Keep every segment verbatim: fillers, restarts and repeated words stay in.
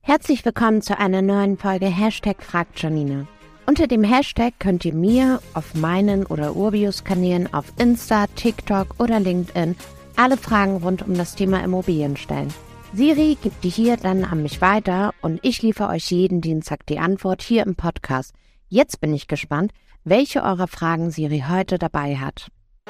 Herzlich willkommen zu einer neuen Folge Hashtag fragt Janina. Unter dem Hashtag könnt ihr mir auf meinen oder Urbius-Kanälen auf Insta, TikTok oder LinkedIn alle Fragen rund um das Thema Immobilien stellen. Siri gibt die hier dann an mich weiter und ich liefere euch jeden Dienstag die Antwort hier im Podcast. Jetzt bin ich gespannt, welche eurer Fragen Siri heute dabei hat.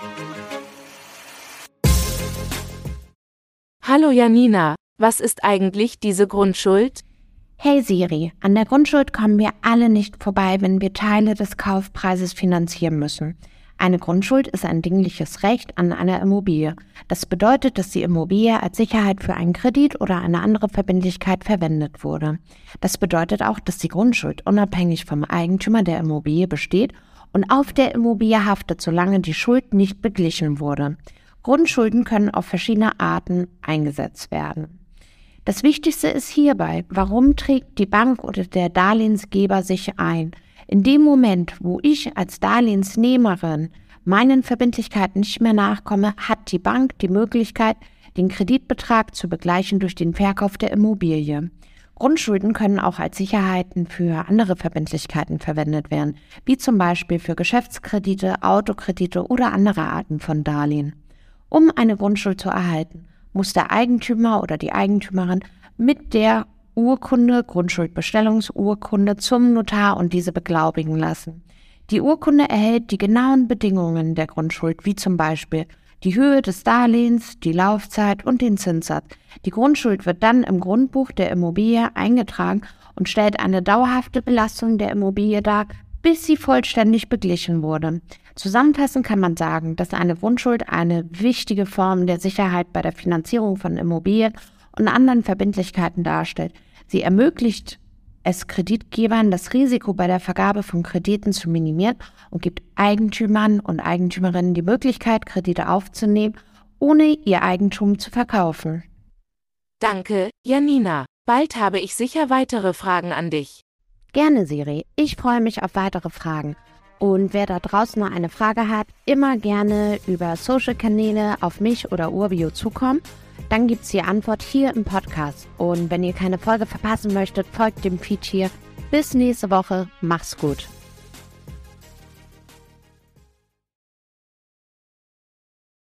Hallo Janina, was ist eigentlich diese Grundschuld? Hey Siri, an der Grundschuld kommen wir alle nicht vorbei, wenn wir Teile des Kaufpreises finanzieren müssen. Eine Grundschuld ist ein dingliches Recht an einer Immobilie. Das bedeutet, dass die Immobilie als Sicherheit für einen Kredit oder eine andere Verbindlichkeit verwendet wurde. Das bedeutet auch, dass die Grundschuld unabhängig vom Eigentümer der Immobilie besteht und auf der Immobilie haftet, solange die Schuld nicht beglichen wurde. Grundschulden können auf verschiedene Arten eingesetzt werden. Das Wichtigste ist hierbei, warum trägt die Bank oder der Darlehensgeber sich ein? In dem Moment, wo ich als Darlehensnehmerin meinen Verbindlichkeiten nicht mehr nachkomme, hat die Bank die Möglichkeit, den Kreditbetrag zu begleichen durch den Verkauf der Immobilie. Grundschulden können auch als Sicherheiten für andere Verbindlichkeiten verwendet werden, wie zum Beispiel für Geschäftskredite, Autokredite oder andere Arten von Darlehen. Um eine Grundschuld zu erhalten, muss der Eigentümer oder die Eigentümerin mit der Urkunde, Grundschuldbestellungsurkunde zum Notar und diese beglaubigen lassen. Die Urkunde erhält die genauen Bedingungen der Grundschuld, wie zum Beispiel die Höhe des Darlehens, die Laufzeit und den Zinssatz. Die Grundschuld wird dann im Grundbuch der Immobilie eingetragen und stellt eine dauerhafte Belastung der Immobilie dar, bis sie vollständig beglichen wurde. Zusammenfassend kann man sagen, dass eine Grundschuld eine wichtige Form der Sicherheit bei der Finanzierung von Immobilien und anderen Verbindlichkeiten darstellt. Sie ermöglicht es Kreditgebern, das Risiko bei der Vergabe von Krediten zu minimieren und gibt Eigentümern und Eigentümerinnen die Möglichkeit, Kredite aufzunehmen, ohne ihr Eigentum zu verkaufen. Danke, Janina. Bald habe ich sicher weitere Fragen an dich. Gerne, Siri. Ich freue mich auf weitere Fragen. Und wer da draußen noch eine Frage hat, immer gerne über Social-Kanäle auf mich oder Urbio zukommen. Dann gibt's die Antwort hier im Podcast. Und wenn ihr keine Folge verpassen möchtet, folgt dem Feed hier. Bis nächste Woche. Mach's gut.